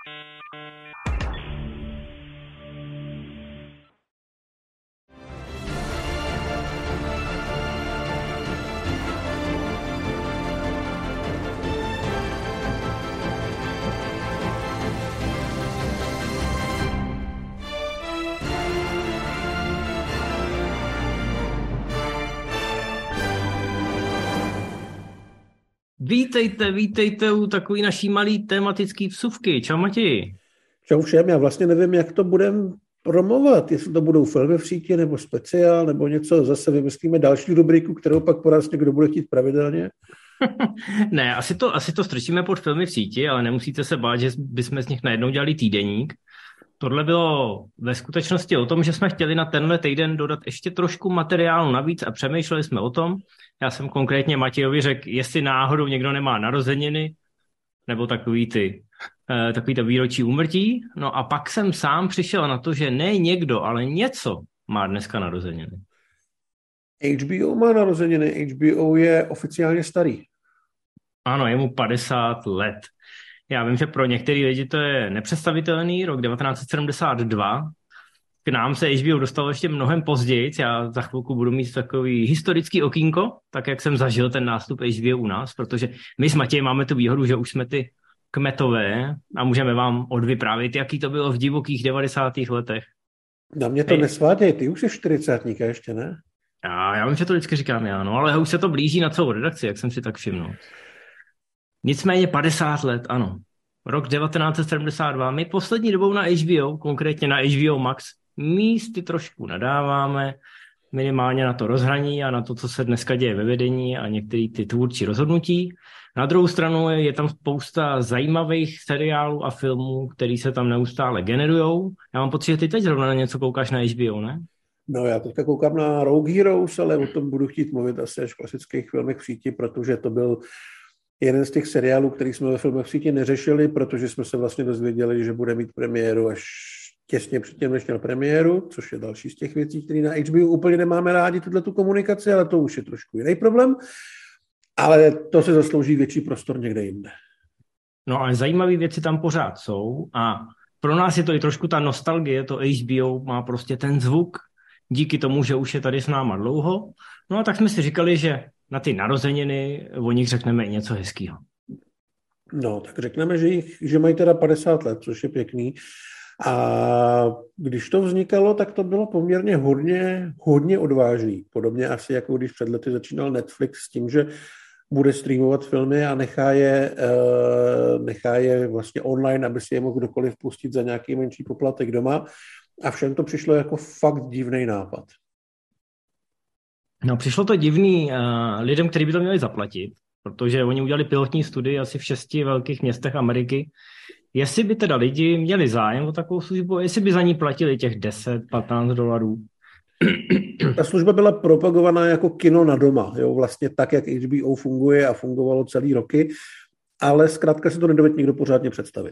Vítejte u takový naší malý tematický vsuvky. Čau Matěji. Čau všem, já vlastně nevím, jak to budeme promovat, jestli to budou filmy v síti, nebo speciál, nebo něco, zase vymyslíme další rubriku, kterou pak po nás někdo bude chtít pravidelně. Ne, asi to strčíme pod filmy v síti, ale nemusíte se bát, že bychom z nich najednou dělali týdeník. Tohle bylo ve skutečnosti o tom, že jsme chtěli na tenhle týden dodat ještě trošku materiálu navíc a přemýšleli jsme o tom. Já jsem konkrétně Matějovi řekl, jestli náhodou někdo nemá narozeniny, nebo takový to výročí úmrtí. No a pak jsem sám přišel na to, že ne někdo, ale něco má dneska narozeniny. HBO má narozeniny, HBO je oficiálně starý. Ano, je mu 50 let. Já vím, že pro některé lidi to je nepředstavitelný, rok 1972. K nám se HBO dostalo ještě mnohem později. Já za chvilku budu mít takový historický okýnko, tak jak jsem zažil ten nástup HBO u nás, protože my s Matějem máme tu výhodu, že už jsme ty kmetové a můžeme vám odvyprávět, jaký to bylo v divokých 90. letech. Na mě to nesváděj, ty už jsi 40 ještě, ne? Já vím, že to vždycky říkám já, no, ale už se to blíží na celou redakci, jak jsem si tak všimnul. Nicméně 50 let, ano. Rok 1972. My poslední dobou na HBO, konkrétně na HBO Max, místy trošku nadáváme, minimálně na to rozhraní a na to, co se dneska děje ve vedení a některé ty tvůrčí rozhodnutí. Na druhou stranu je tam spousta zajímavých seriálů a filmů, které se tam neustále generujou. Já mám pocit, že ty teď zrovna na něco koukáš na HBO, ne? No já teďka koukám na Rogue Heroes, ale o tom budu chtít mluvit asi až v klasických filmech v síti, protože to byl jeden z těch seriálů, který jsme ve filmech v síti neřešili, protože jsme se vlastně dozvěděli, že bude mít premiéru až těsně předtím, než měl premiéru, což je další z těch věcí, které na HBO úplně nemáme rádi, tu komunikaci, ale to už je trošku jiný problém. Ale to se zaslouží větší prostor někde jinde. No ale zajímavé věci tam pořád jsou a pro nás je to i trošku ta nostalgie, to HBO má prostě ten zvuk, díky tomu, že už je tady s náma dlouho. No a tak jsme si říkali, že na ty narozeniny o nich řekneme i něco hezkýho. No, tak řekneme, že mají teda 50 let, což je pěkný. A když to vznikalo, tak to bylo poměrně hodně odvážný. Podobně asi jako když před lety začínal Netflix s tím, že bude streamovat filmy a nechá je vlastně online, aby si je mohl kdokoliv pustit za nějaký menší poplatek doma. A všem to přišlo jako fakt divný nápad. No, přišlo to divný lidem, kteří by to měli zaplatit, protože oni udělali pilotní studii asi v 6 velkých městech Ameriky. Jestli by teda lidi měli zájem o takovou službu, jestli by za ní platili těch $10-15. Ta služba byla propagovaná jako kino na doma, jo, vlastně tak, jak HBO funguje a fungovalo celý roky, ale zkrátka si to nedovedl nikdo pořádně představit.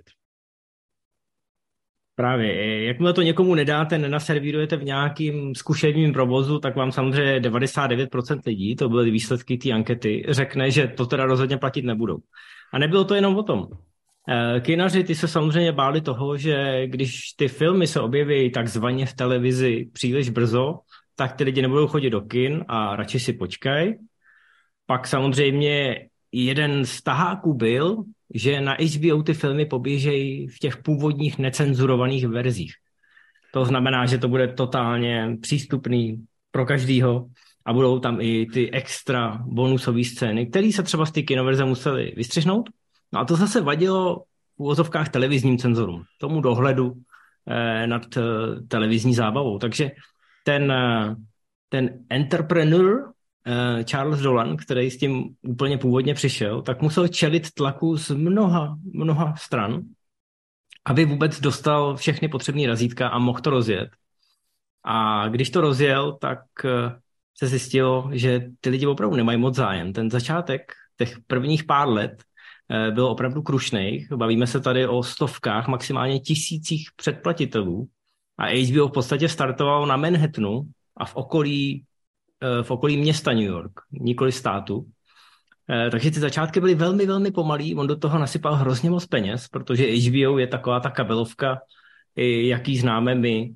Právě, jakmile to někomu nedáte, nenaservírujete v nějakým zkušebním provozu, tak vám samozřejmě 99% lidí, to byly výsledky té ankety, řekne, že to teda rozhodně platit nebudou. A nebylo to jenom o tom. Kinaři, ty se samozřejmě báli toho, že když ty filmy se objeví takzvaně v televizi příliš brzo, tak ty lidi nebudou chodit do kin a radši si počkají. Pak samozřejmě jeden z taháků byl, že na HBO ty filmy poběžejí v těch původních necenzurovaných verzích. To znamená, že to bude totálně přístupný pro každýho a budou tam i ty extra bonusové scény, které se třeba z té kinoverze museli vystřihnout. No a to zase vadilo v uvozovkách televizním cenzorům, tomu dohledu nad televizní zábavou. Takže ten entrepreneur Charles Dolan, který s tím úplně původně přišel, tak musel čelit tlaku z mnoha stran, aby vůbec dostal všechny potřebné razítka a mohl to rozjet. A když to rozjel, tak se zjistilo, že ty lidi opravdu nemají moc zájem. Ten začátek těch prvních pár let byl opravdu krušnej. Bavíme se tady o stovkách, maximálně tisících předplatitelů. A HBO v podstatě startoval na Manhattanu a v okolí města New York, nikoli státu. Takže ty začátky byly velmi, velmi pomalý. On do toho nasypal hrozně moc peněz, protože HBO je taková ta kabelovka, jaký známe my,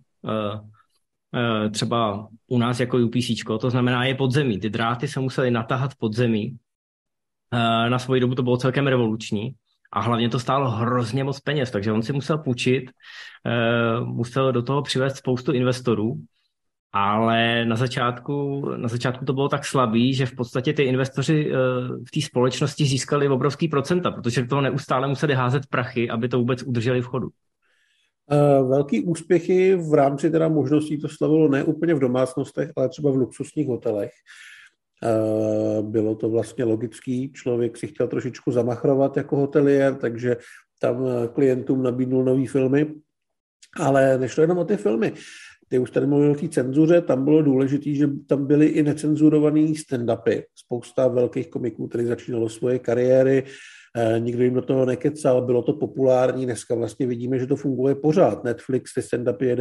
třeba u nás jako UPCčko, to znamená je podzemí. Ty dráty se musely natáhat podzemí. Na svoji dobu to bylo celkem revoluční a hlavně to stálo hrozně moc peněz, takže on si musel půjčit, musel do toho přivést spoustu investorů, ale na začátku to bylo tak slabý, že v podstatě ty investoři v té společnosti získali obrovský procenta, protože do toho neustále museli házet prachy, aby to vůbec udrželi v chodu. Velký úspěchy v rámci teda možností to slavilo ne úplně v domácnostech, ale třeba v luxusních hotelech. Bylo to vlastně logický, člověk si chtěl trošičku zamachrovat jako hotelier, takže tam klientům nabídnul nový filmy, ale nešlo jenom o ty filmy. Ty už tady mluvil o té cenzuře, tam bylo důležité, že tam byly i necenzurované stand-upy. Spousta velkých komiků, který začínalo svoje kariéry, nikdo jim do toho nekecal, bylo to populární, dneska vlastně vidíme, že to funguje pořád. Netflix ty stand-upy jede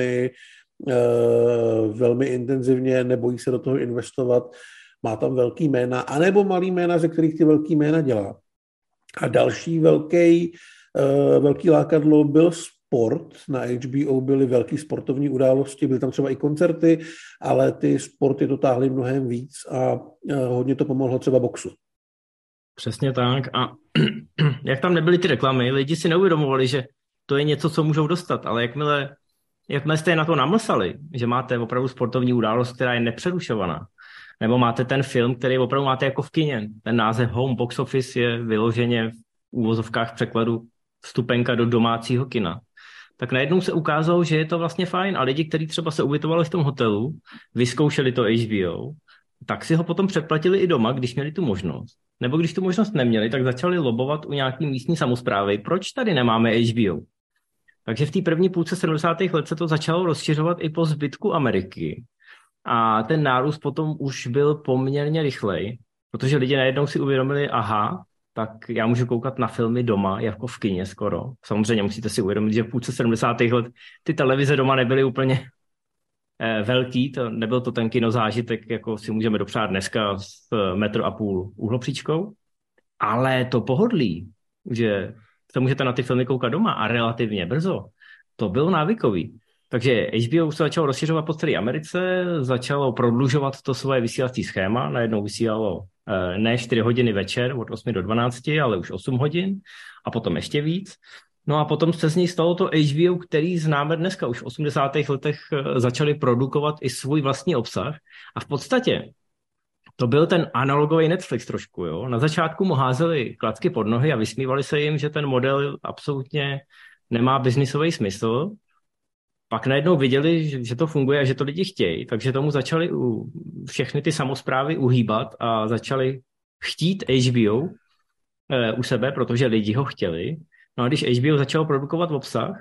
velmi intenzivně, nebojí se do toho investovat, má tam velký jména, anebo malý jména, ze kterých ty velký jména dělá. A další velký lákadlo byl sport. Na HBO byly velké sportovní události, byly tam třeba i koncerty, ale ty sporty to táhly mnohem víc a hodně to pomohlo třeba boxu. Přesně tak. A jak tam nebyly ty reklamy, lidi si neuvědomovali, že to je něco, co můžou dostat, ale jakmile jste je na to namlsali, že máte opravdu sportovní událost, která je nepřerušovaná, nebo máte ten film, který opravdu máte jako v kině, ten název Home Box Office je vyloženě v úvozovkách překladu vstupenka do domácího kina, tak najednou se ukázalo, že je to vlastně fajn a lidi, kteří třeba se ubytovali v tom hotelu, vyzkoušeli to HBO, tak si ho potom předplatili i doma, když měli tu možnost. Nebo když tu možnost neměli, tak začali lobovat u nějaký místní samosprávy. Proč tady nemáme HBO? Takže v té první půlce 70. let se to začalo rozšiřovat i po zbytku Ameriky. A ten nárůst potom už byl poměrně rychlej, protože lidi najednou si uvědomili, aha, tak já můžu koukat na filmy doma, jako v kině skoro. Samozřejmě musíte si uvědomit, že v půlce 70. let ty televize doma nebyly úplně velký, nebyl to ten kinozážitek, jako si můžeme dopřát dneska s 1,5 metru úhlopříčkou, ale to pohodlí, že se můžete na ty filmy koukat doma a relativně brzo, to bylo návykový. Takže HBO se začalo rozšiřovat po celé Americe, začalo prodlužovat to svoje vysílací schéma, najednou vysílalo ne 4 hodiny večer od 8 do 12, ale už 8 hodin a potom ještě víc. No a potom se z něj stalo to HBO, který známe dneska. Už v 80. letech začali produkovat i svůj vlastní obsah a v podstatě to byl ten analogový Netflix trošku. Jo? Na začátku mu házeli klacky pod nohy a vysmívali se jim, že ten model absolutně nemá biznisový smysl. Pak najednou viděli, že to funguje a že to lidi chtějí, takže tomu začali všechny ty samosprávy uhýbat a začali chtít HBO u sebe, protože lidi ho chtěli. No a když HBO začalo produkovat obsah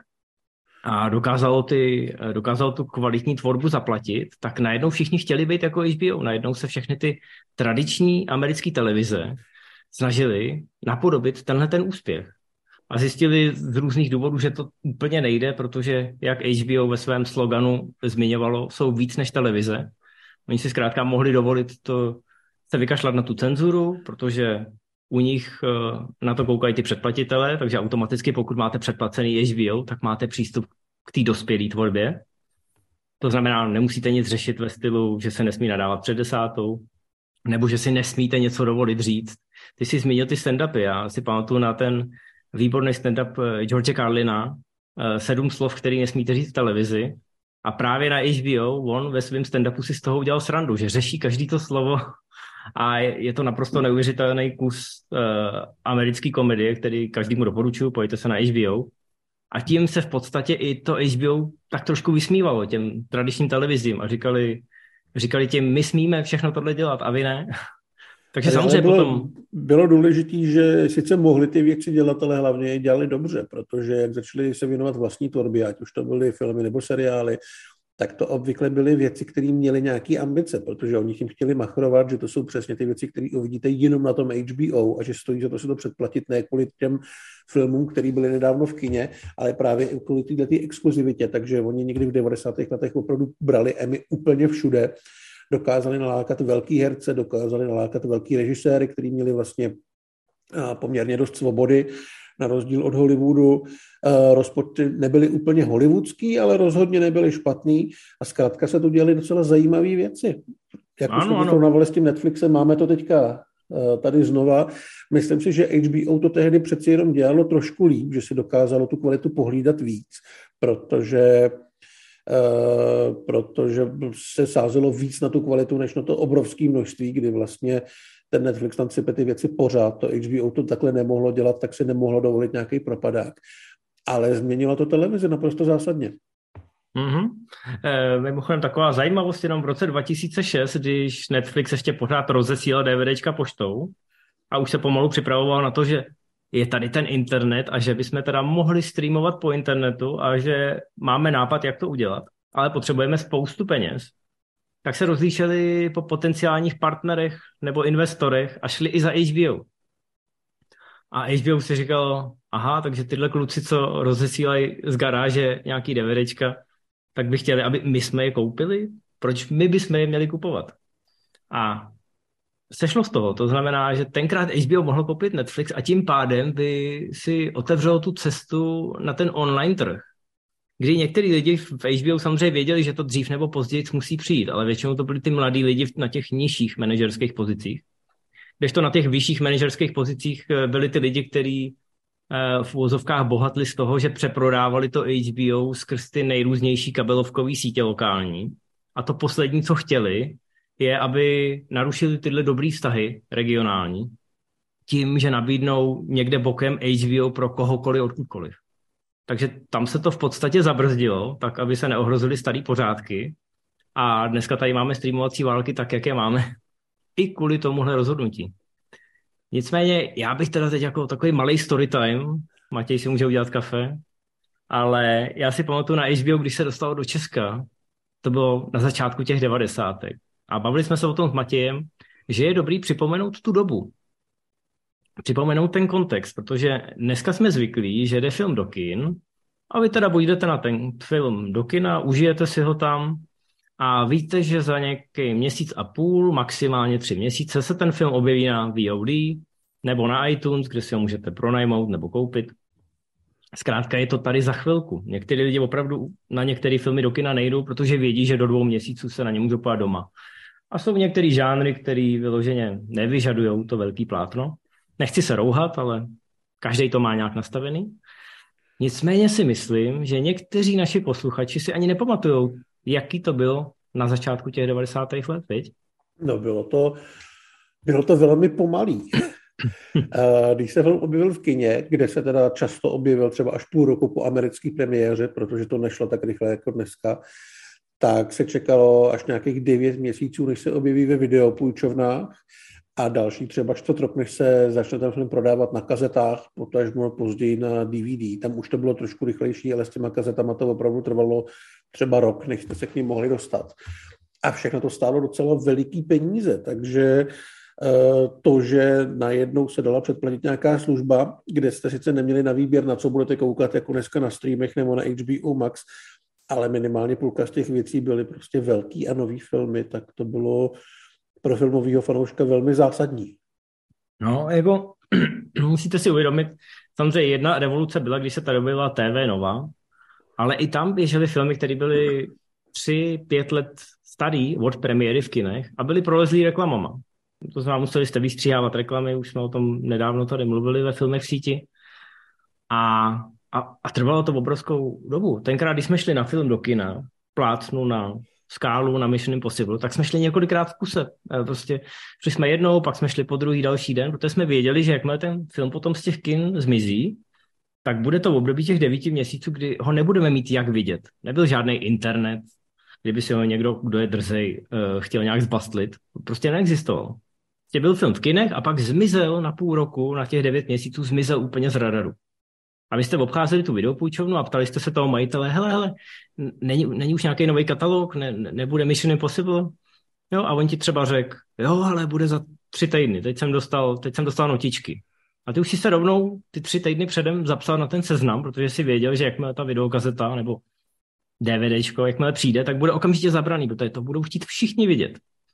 a dokázalo tu kvalitní tvorbu zaplatit, tak najednou všichni chtěli být jako HBO. Najednou se všechny ty tradiční americké televize snažili napodobit tenhle ten úspěch. A zjistili z různých důvodů, že to úplně nejde, protože jak HBO ve svém sloganu zmiňovalo, jsou víc než televize. Oni si zkrátka mohli dovolit se vykašlat na tu cenzuru, protože u nich na to koukají ty předplatitelé, takže automaticky pokud máte předplacený HBO, tak máte přístup k té dospělé tvorbě. To znamená, nemusíte nic řešit ve stylu, že se nesmí nadávat před 10, nebo že si nesmíte něco dovolit říct. Ty jsi zmínil ty stand-upy, já si pamatuju na ten výborný stand-up George Carlina, 7 slov, který nesmíte říct v televizi. A právě na HBO on ve svém stand-upu si z toho udělal srandu, že řeší každý to slovo a je to naprosto neuvěřitelný kus americké komedie, který každému doporučuji, pojďte se na HBO. A tím se v podstatě i to HBO tak trošku vysmívalo těm tradičním televizím a říkali těm, my smíme všechno tohle dělat a vy ne. Takže samozřejmě bylo důležité, že sice mohli ty věci dělat, ale hlavně je dělali dobře, protože jak začali se věnovat vlastní tvorbě, ať už to byly filmy nebo seriály, tak to obvykle byly věci, které měly nějaké ambice, protože oni tím chtěli machrovat, že to jsou přesně ty věci, které uvidíte jenom na tom HBO a že stojí za to si to předplatit ne kvůli těm filmům, které byly nedávno v kině, ale právě kvůli této exkluzivitě, takže oni někdy v 90. letech opravdu brali Emmy úplně všude. dokázali nalákat velký herce, dokázali nalákat velký režiséry, kteří měli vlastně poměrně dost svobody, na rozdíl od Hollywoodu. Rozpočty nebyly úplně hollywoodský, ale rozhodně nebyly špatný a zkrátka se tu dělaly docela zajímavé věci. Jak už jsme srovnávali s tím Netflixem, máme to teďka tady znova. Myslím si, že HBO to tehdy přeci jenom dělalo trošku líp, že si dokázalo tu kvalitu pohlídat víc, protože se sázelo víc na tu kvalitu, než na to obrovské množství, kdy vlastně ten Netflix tam sype ty věci pořád. To HBO to takhle nemohlo dělat, tak si nemohlo dovolit nějaký propadák. Ale změnila to televizi naprosto zásadně. Mm-hmm. Mimochodem taková zajímavost jenom v roce 2006, když Netflix ještě pořád rozesílal DVDčka poštou a už se pomalu připravoval na to, že je tady ten internet a že bychom teda mohli streamovat po internetu a že máme nápad, jak to udělat, ale potřebujeme spoustu peněz, tak se rozlíšeli po potenciálních partnerech nebo investorech a šli i za HBO. A HBO si říkal, aha, takže tyhle kluci, co rozesílají z garáže nějaký DVDčka, tak by chtěli, aby my jsme je koupili? Proč my bychom je měli kupovat? A sešlo z toho. To znamená, že tenkrát HBO mohl koupit Netflix a tím pádem by si otevřelo tu cestu na ten online trh. Kdy některý lidi v HBO samozřejmě věděli, že to dřív nebo později musí přijít, ale většinou to byli ty mladí lidi na těch nižších manažerských pozicích. Kdežto na těch vyšších manažerských pozicích byli ty lidi, kteří v uvozovkách bohatli z toho, že přeprodávali to HBO skrz ty nejrůznější kabelovkové sítě lokální. A to poslední, co chtěli, je, aby narušili tyhle dobrý vztahy regionální tím, že nabídnou někde bokem HBO pro kohokoliv odkudkoliv. Takže tam se to v podstatě zabrzdilo, tak aby se neohrozily starý pořádky. A dneska tady máme streamovací války tak, jak je máme. I kvůli tomuhle rozhodnutí. Nicméně já bych teda teď jako takový malý story time, Matěj si může udělat kafe, ale já si pamatuju na HBO, když se dostalo do Česka, to bylo na začátku těch 90. A bavili jsme se o tom s Matějem, že je dobrý připomenout tu dobu. Připomenout ten kontext, protože dneska jsme zvyklí, že jde film do kin a vy teda jdete na ten film do kina, užijete si ho tam a víte, že za nějaký měsíc a půl, maximálně 3 měsíce se ten film objeví na VOD nebo na iTunes, kde si ho můžete pronajmout nebo koupit. Zkrátka je to tady za chvilku. Někteří lidi opravdu na některé filmy do kina nejdou, protože vědí, že do 2 měsíců se na ně můžou podívat doma. A jsou některé žánry, které vyloženě nevyžadují to velký plátno. Nechci se rouhat, ale každý to má nějak nastavený. Nicméně si myslím, že někteří naši posluchači si ani nepamatujou, jaký to bylo na začátku těch 90. let, viď? No bylo to velmi pomalý. Když se film objevil v kině, kde se teda často objevil třeba až půl roku po americké premiéře, protože to nešlo tak rychle jako dneska, tak se čekalo až nějakých 9 měsíců, než se objeví ve videopůjčovnách a další třeba 4 rok, než se začne ten film prodávat na kazetách, potažmo později na DVD. Tam už to bylo trošku rychlejší, ale s těma kazetama to opravdu trvalo třeba rok, než jste se k ním mohli dostat. A všechno to stálo docela veliký peníze, takže to, že najednou se dala předplatit nějaká služba, kde jste sice neměli na výběr, na co budete koukat, jako dneska na streamech nebo na HBO Max, ale minimálně půlka z těch věcí byly prostě velký a nový filmy, tak to bylo pro filmového fanouška velmi zásadní. No, jako musíte si uvědomit, samozřejmě jedna revoluce byla, když se tady objevila TV Nova, ale i tam běžely filmy, které byly 3-5 let starý od premiéry v kinech a byly prolezlý reklamama. To znamená, museli jste vystříhávat reklamy, už jsme o tom nedávno tady mluvili ve filmech v síti. A trvalo to obrovskou dobu. Tenkrát, když jsme šli na film do kina, plácnu na Skálu, na Mission Impossible, tak jsme šli několikrát v kuse. Prostě šli jsme jednou, pak jsme šli po druhý další den, protože jsme věděli, že jakmile ten film potom z těch kin zmizí, tak bude to v období těch 9 měsíců, kdy ho nebudeme mít jak vidět. Nebyl žádný internet, kdyby si ho někdo, kdo je drzej, chtěl nějak zbastlit. Prostě neexistoval. Byl film v kinech a pak zmizel na půl roku, na těch 9 měsíců zmizel úplně z radaru. A vy jste obcházeli tu videopůjčovnu a ptali jste se toho majitele, hele, není už nějaký nový katalog, nebude Mission Impossible? Jo, a on ti třeba řekl, jo, ale bude za 3 týdny, teď jsem dostal notičky. A ty už si se rovnou ty 3 týdny předem zapsal na ten seznam, protože si věděl, že jakmile ta videokazeta nebo DVDčko, jakmile přijde, tak bude okamžitě zabraný, protože to budou chtít všichni vidět.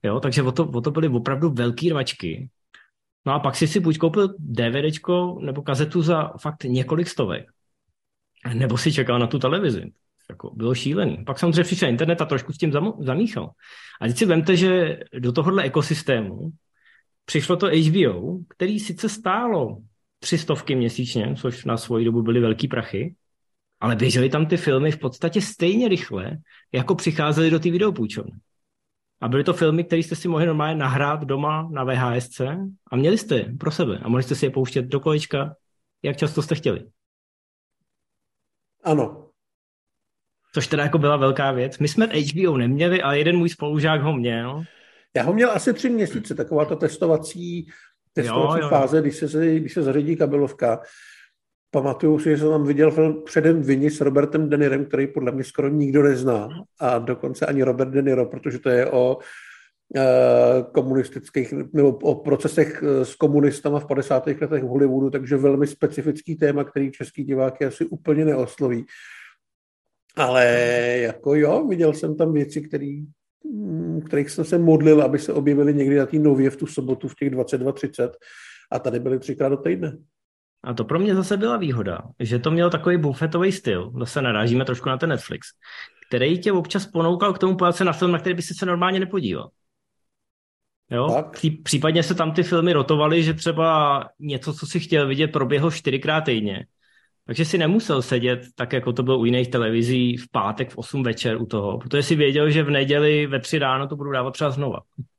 Jo, takže o to byly opravdu velký rvačky. No a pak si buď koupil DVDčko nebo kazetu za fakt několik stovek. Nebo si čekal na tu televizi. Jako bylo šílený. Pak samozřejmě přišel internet a trošku s tím zamíchal. A teď si vemte, že do tohohle ekosystému přišlo to HBO, který sice stálo 300 měsíčně, což na svoji dobu byly velký prachy, ale běžely tam ty filmy v podstatě stejně rychle, jako přicházely do té videopůjčovny. A byly to filmy, které jste si mohli normálně nahrát doma na VHSce a měli jste je pro sebe a mohli jste si je pouštět do kolečka, jak často jste chtěli. Ano. Což teda jako byla velká věc. My jsme HBO neměli, ale jeden můj spolužák ho měl. Já ho měl asi 3 měsíce, taková ta testovací fáze, když se zařídí kabelovka. Pamatuju si, že jsem tam viděl film Předem vini s Robertem De Nirem, který podle mě skoro nikdo nezná. A dokonce ani Robert De Niro, protože to je o komunistických, nebo o procesech s komunistama v 50. letech v Hollywoodu, takže velmi specifický téma, který český diváky asi úplně neosloví. Ale jako jo, viděl jsem tam věci, kterých jsem se modlil, aby se objevily někdy na té Nově v tu sobotu v těch 22:30 a tady byly 3krát do týdne. A to pro mě zase byla výhoda, že to mělo takový bufetový styl, zase narážíme trošku na ten Netflix, který tě občas ponoukal k tomu podívat se na film, na který by si se normálně nepodíval. Jo? Případně se tam ty filmy rotovaly, že třeba něco, co si chtěl vidět, proběhlo 4krát týdně. Takže si nemusel sedět tak, jako to bylo u jiných televizí v pátek v 8 večer u toho, protože si věděl, že v neděli ve 3 ráno to budu dávat třeba znova.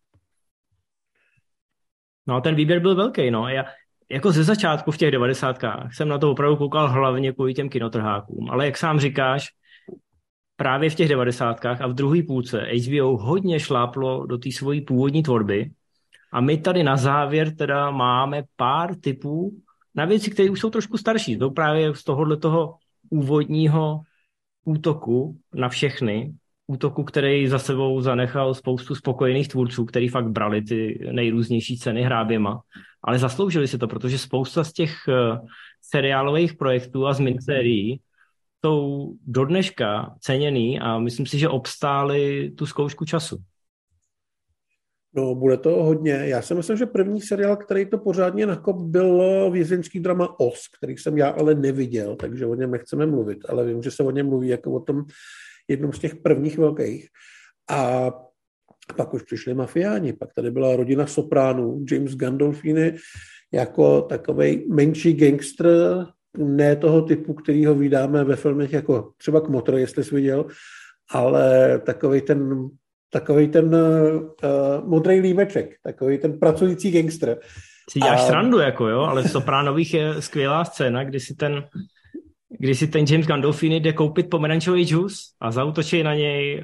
No a ten výběr byl velký, no. Já jako ze začátku v těch 90kách jsem na to opravdu koukal hlavně kvůli těm kinotrhákům, ale jak sám říkáš, právě v těch 90kách a v druhé půlce HBO hodně šláplo do té svojí původní tvorby a my tady na závěr teda máme pár tipů na věci, které už jsou trošku starší. To právě z tohoto úvodního útoku na všechny, útoku, který za sebou zanechal spoustu spokojených tvůrců, který fakt brali ty nejrůznější ceny hráběma, ale zasloužili si to, protože spousta z těch seriálových projektů a z minisérií jsou do dneška ceněný a myslím si, že obstáli tu zkoušku času. No, bude to hodně. Já si myslím, že první seriál, který to pořádně nakop, byl vězeňský drama Os, který jsem já ale neviděl, takže o něm nechceme mluvit, ale vím, že se o něm mluví jako o tom jednom z těch prvních velkých. A pak už přišli mafiáni, pak tady byla rodina Sopránů, James Gandolfini jako takovej menší gangster, ne toho typu, který ho vydáme ve filmech jako třeba Kmotr, jestli jsi viděl, ale takovej ten modrý límeček, takový ten pracující gangster. Si děláš srandu, jako jo, ale v Sopránových je skvělá scéna, kdy si ten James Gandolfini jde koupit pomerančový džus a zaútočí na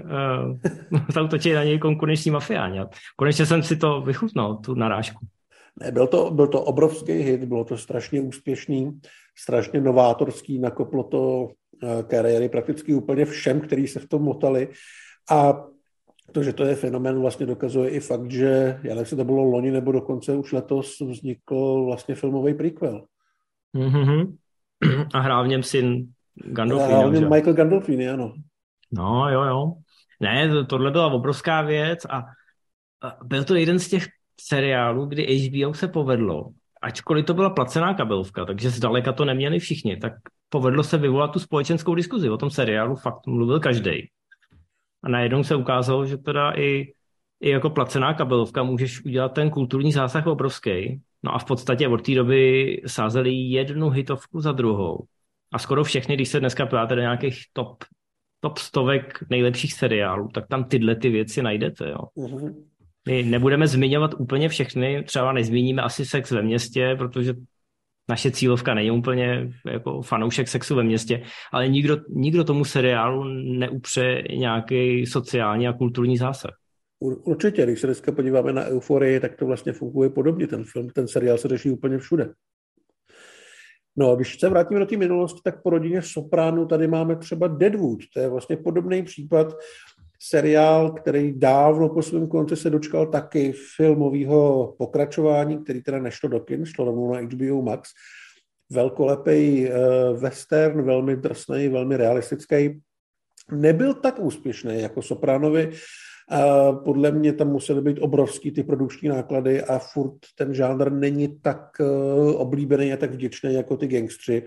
něj konkurenční mafiáni. Konečně jsem si to vychutnal, tu narážku. Ne, byl to obrovský hit, bylo to strašně úspěšný, strašně novátorský, nakoplo to kariéry prakticky úplně všem, kteří se v tom motali. A to, že to je fenomén, vlastně dokazuje i fakt, že, já nevím, jestli to bylo loni nebo dokonce už letos, vznikl vlastně filmový prequel. Mm-hmm. A hrál v něm syn Gandolfini. Hrál v něm Michael Gandolfini, ano. No, jo. Ne, tohle byla obrovská věc a byl to jeden z těch seriálů, kdy HBO se povedlo, ačkoliv to byla placená kabelovka, takže zdaleka to neměli všichni, tak povedlo se vyvolat tu společenskou diskuzi. O tom seriálu fakt mluvil každej. A najednou se ukázalo, že teda i jako placená kabelovka můžeš udělat ten kulturní zásah obrovský. No a v podstatě od té doby sázeli jednu hitovku za druhou. A skoro všechny, když se dneska ptáte do nějakých top 100 nejlepších seriálů, tak tam tyhle ty věci najdete. Jo. Uh-huh. My nebudeme zmiňovat úplně všechny, třeba nezmíníme asi Sex ve městě, protože naše cílovka není úplně jako fanoušek Sexu ve městě, ale nikdo tomu seriálu neupře nějaký sociální a kulturní zásah. Určitě, když se dneska podíváme na Euforii, tak to vlastně funguje podobně. Ten seriál se řeší úplně všude. No a když se vrátíme do té minulosti, tak po rodině Sopránů tady máme třeba Deadwood. To je vlastně podobný případ, seriál, který dávno po svém konci se dočkal taky filmového pokračování, který teda nešlo do kin, šlo rovnou na HBO Max. Velkolepý western, velmi drsný, velmi realistický. Nebyl tak úspěšný jako Sopránovi, A podle mě tam musely být obrovský ty produkční náklady a furt ten žánr není tak oblíbený a tak vděčný jako ty gangstři.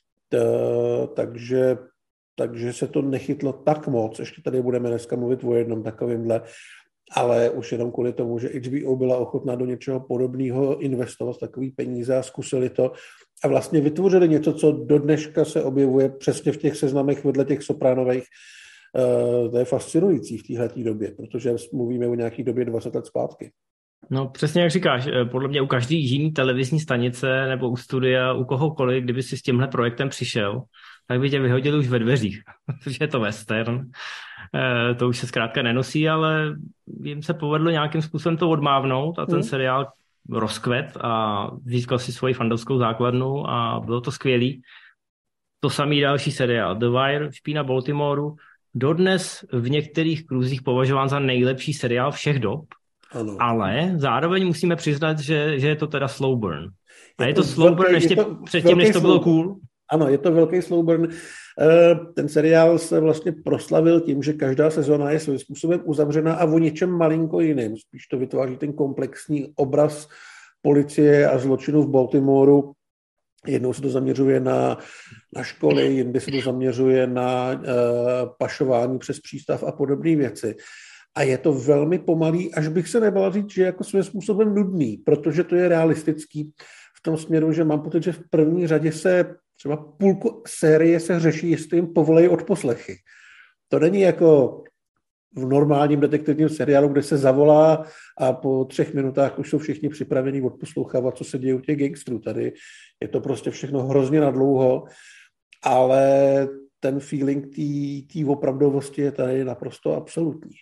Takže se to nechytlo tak moc. Ještě tady budeme dneska mluvit o jednom takovýmhle, ale už jenom kvůli tomu, že HBO byla ochotná do něčeho podobného investovat takový peníze a zkusili to a vlastně vytvořili něco, co do dneška se objevuje přesně v těch seznamech vedle těch Sopránových. To je fascinující v téhletý době, protože mluvíme o nějaký době 20 let zpátky. No přesně jak říkáš, podle mě u každé jiné televizní stanice nebo u studia, u kohokoliv, kdyby si s tímhle projektem přišel, tak by tě vyhodili už ve dveřích, protože je to western. To už se zkrátka nenosí, ale jim se povedlo nějakým způsobem to odmávnout a ten seriál rozkvet a získal si svoji fandovskou základnu a bylo to skvělý. To samý další seriál, The Wire, Špína Baltimoru, dodnes v některých kruzích považován za nejlepší seriál všech dob, ano. Ale zároveň musíme přiznat, že je to teda slow burn. A je to slow burn ještě předtím, než to bylo cool. Ano, je to velký slow burn. Ten seriál se vlastně proslavil tím, že každá sezóna je svým způsobem uzavřená a o něčem malinko jiným. Spíš to vytváří ten komplexní obraz policie a zločinu v Baltimoru. Jednou se to zaměřuje na školy, jindy se to zaměřuje na pašování přes přístav a podobné věci. A je to velmi pomalý, až bych se nebala říct, že jako svým způsobem nudný, protože to je realistický v tom směru, že mám pocit, že v první řadě se třeba půlku série se řeší, jestli jim povolejí odposlechy. To není jako v normálním detektivním seriálu, kde se zavolá a po 3 minutách už jsou všichni připraveni odposlouchávat, co se děje u těch gangstrů. Tady je to prostě všechno hrozně nadlouho, ale ten feeling té opravdovosti je tady naprosto absolutní.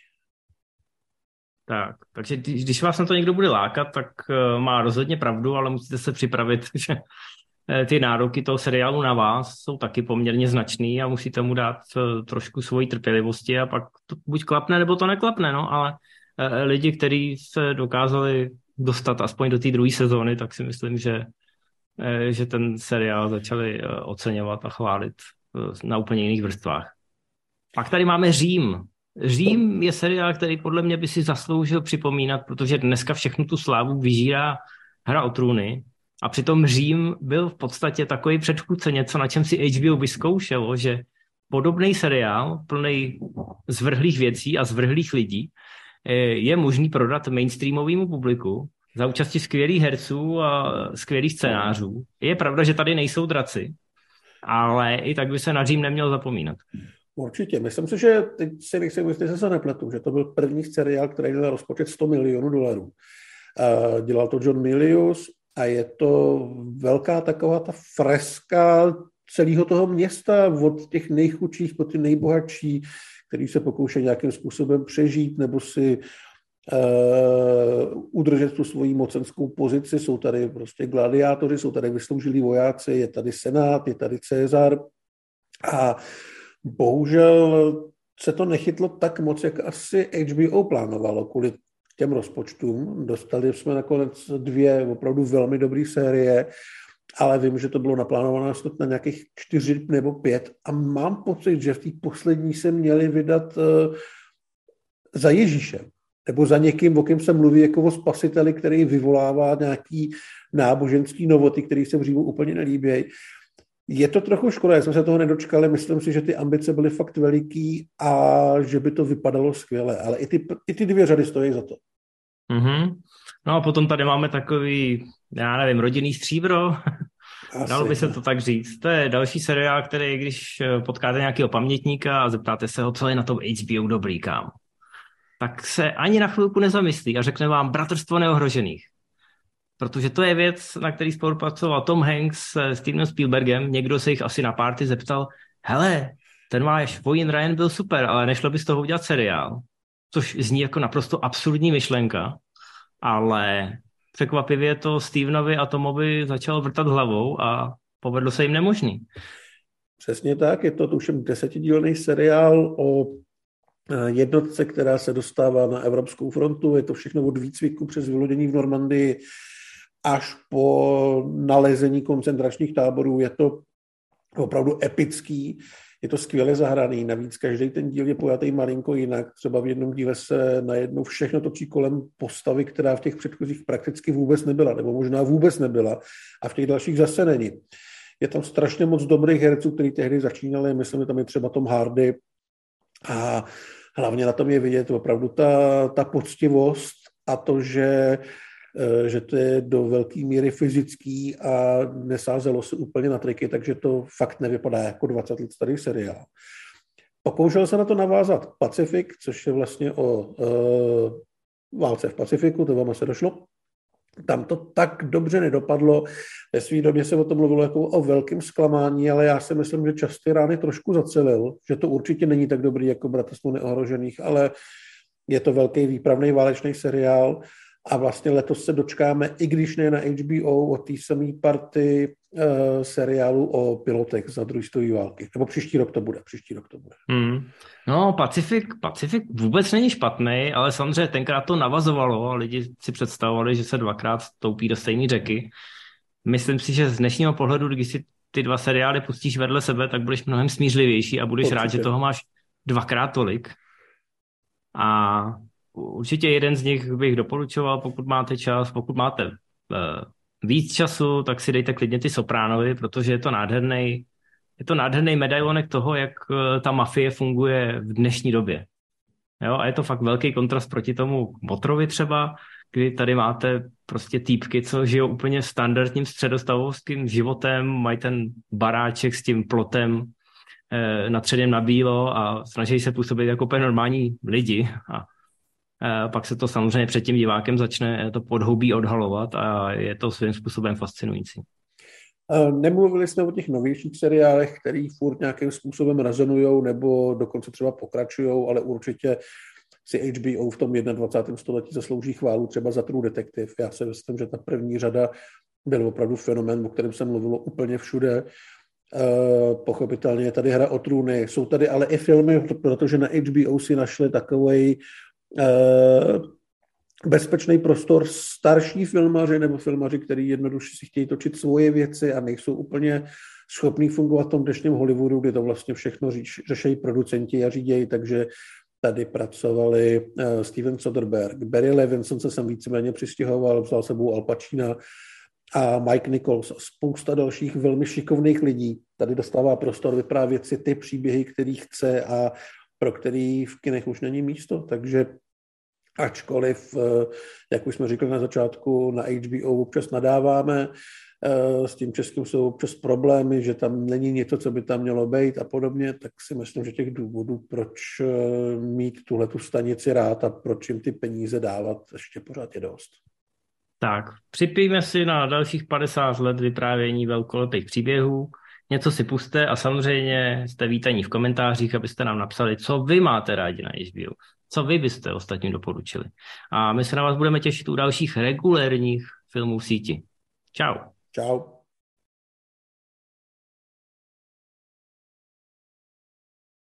Takže když vás na to někdo bude lákat, tak má rozhodně pravdu, ale musíte se připravit, že ty nároky toho seriálu na vás jsou taky poměrně značný a musíte mu dát trošku svojí trpělivosti a pak to buď klapne, nebo to neklapne, no, ale lidi, kteří se dokázali dostat aspoň do té 2. sezóny, tak si myslím, že ten seriál začali oceňovat a chválit na úplně jiných vrstvách. Pak tady máme Řím. Řím je seriál, který podle mě by si zasloužil připomínat, protože dneska všechnu tu slávu vyžírá Hra o trůny a přitom Řím byl v podstatě takový předchůdce, něco, na čem si HBO vyzkoušelo, že podobný seriál, plný zvrhlých věcí a zvrhlých lidí, je možný prodat mainstreamovému publiku za účasti skvělých herců a skvělých scénářů. Je pravda, že tady nejsou draci, ale i tak by se na Řím neměl zapomínat. Určitě. Myslím si, že teď si nejsem jistý, že se nepletu, že to byl první seriál, který měl rozpočet $100 milionů. Dělal to John Milius a je to velká taková ta freska celého toho města, od těch nejchudších po ty nejbohatší, který se pokoušejí nějakým způsobem přežít nebo si udržet tu svoji mocenskou pozici. Jsou tady prostě gladiátoři, jsou tady vysloužilí vojáci, je tady senát, je tady Cezar a bohužel se to nechytlo tak moc, jak asi HBO plánovalo kvůli těm rozpočtům. Dostali jsme nakonec 2 opravdu velmi dobré série, ale vím, že to bylo naplánované na nějakých 4 nebo 5 a mám pocit, že v té poslední se měli vydat za Ježíšem nebo za někým, o kým se mluví jako o spasiteli, který vyvolává nějaký náboženský novoty, který se v Římu úplně nelíbí. Je to trochu škoda, já jsem se toho nedočkal, ale myslím si, že ty ambice byly fakt veliký a že by to vypadalo skvěle, ale i ty 2 řady stojí za to. Mm-hmm. No a potom tady máme takový, já nevím, Rodinný stříbro, dalo by se to tak říct. To je další seriál, který, když potkáte nějakého pamětníka a zeptáte se ho, co je na tom HBO dobrý, kámo, tak se ani na chvilku nezamyslí a řekne vám Bratrstvo neohrožených. Protože to je věc, na který spolupracoval Tom Hanks s Stevenem Spielbergem. Někdo se jich asi na party zeptal, hele, ten váš Wojen Ryan byl super, ale nešlo by z toho udělat seriál. Což zní jako naprosto absurdní myšlenka, ale překvapivě to Stevenovi a Tomovi začalo vrtat hlavou a povedlo se jim nemožný. Přesně tak, je to tuším 10dílný seriál o jednotce, která se dostává na Evropskou frontu. Je to všechno od výcviku přes vylodění v Normandii až po nalezení koncentračních táborů. Je to opravdu epický, je to skvěle zahraný, navíc každý ten díl je pojatý malinko jinak, třeba v jednom díle se najednou všechno točí kolem postavy, která v těch předchozích prakticky vůbec nebyla, nebo možná vůbec nebyla a v těch dalších zase není. Je tam strašně moc dobrých herců, kteří tehdy začínali, myslím, že tam je třeba Tom Hardy a hlavně na tom je vidět opravdu ta poctivost a to, že to je do velké míry fyzický a nesázelo se úplně na triky, takže to fakt nevypadá jako 20 let starý seriál. Pokoušel se na to navázat Pacific, což je vlastně o válce v Pacifiku, to vám se došlo. Tam to tak dobře nedopadlo. Ve své době se o tom mluvilo jako o velkém zklamání, ale já si myslím, že čas ty rány trošku zacelil, že to určitě není tak dobrý jako Bratrstvo neohrožených, ale je to velký výpravný válečný seriál a vlastně letos se dočkáme, i když ne na HBO, od té samé party seriálu o pilotech za druhé světové války. Nebo příští rok to bude. No, Pacific vůbec není špatný, ale samozřejmě tenkrát to navazovalo a lidi si představovali, že se dvakrát toupí do stejné řeky. Myslím si, že z dnešního pohledu, když si ty dva seriály pustíš vedle sebe, tak budeš mnohem smířlivější a budeš určitě rád, že toho máš dvakrát tolik. A určitě jeden z nich bych doporučoval, pokud máte čas, pokud máte víc času, tak si dejte klidně ty Sopránovi, protože je to nádherný medailonek toho, jak ta mafie funguje v dnešní době. Jo, a je to fakt velký kontrast proti tomu Motrovi třeba, kdy tady máte prostě týpky, co žijou úplně standardním středostavovským životem, mají ten baráček s tím plotem natřeným na bílo a snaží se působit jako úplně normální lidi a pak se to samozřejmě před tím divákem začne to podhoubí odhalovat a je to svým způsobem fascinující. Nemluvili jsme o těch novějších seriálech, který furt nějakým způsobem rezonujou nebo dokonce třeba pokračujou, ale určitě si HBO v tom 21. století zaslouží chválu třeba za True Detective. Já si myslím, že ta první řada byl opravdu fenomén, o kterém se mluvilo úplně všude. Pochopitelně je tady Hra o trůny, jsou tady ale i filmy, protože na HBO si našli takovej bezpečný prostor starší filmaři nebo filmaři, kteří jednoduše si chtějí točit svoje věci a nejsou úplně schopní fungovat v tom dnešním Hollywoodu, kde to vlastně všechno řešejí producenti a řídějí, takže tady pracovali Steven Soderbergh, Barry Levinson se sem víceméně přistěhoval, vzal sebou Al Pacina a Mike Nichols a spousta dalších velmi šikovných lidí. Tady dostává prostor vyprávět si ty příběhy, který chce a pro který v kinech už není místo, takže ačkoliv, jak už jsme říkali na začátku, na HBO občas nadáváme, s tím českým jsou občas problémy, že tam není něco, co by tam mělo být a podobně, tak si myslím, že těch důvodů, proč mít tuhletu stanici rád a proč jim ty peníze dávat, ještě pořád je dost. Tak, připijme si na dalších 50 let vyprávění velkolepých příběhů, něco si puste a samozřejmě jste vítaní v komentářích, abyste nám napsali, co vy máte rádi na HBO, co vy byste ostatním doporučili. A my se na vás budeme těšit u dalších regulérních filmů v síti. Čau. Čau.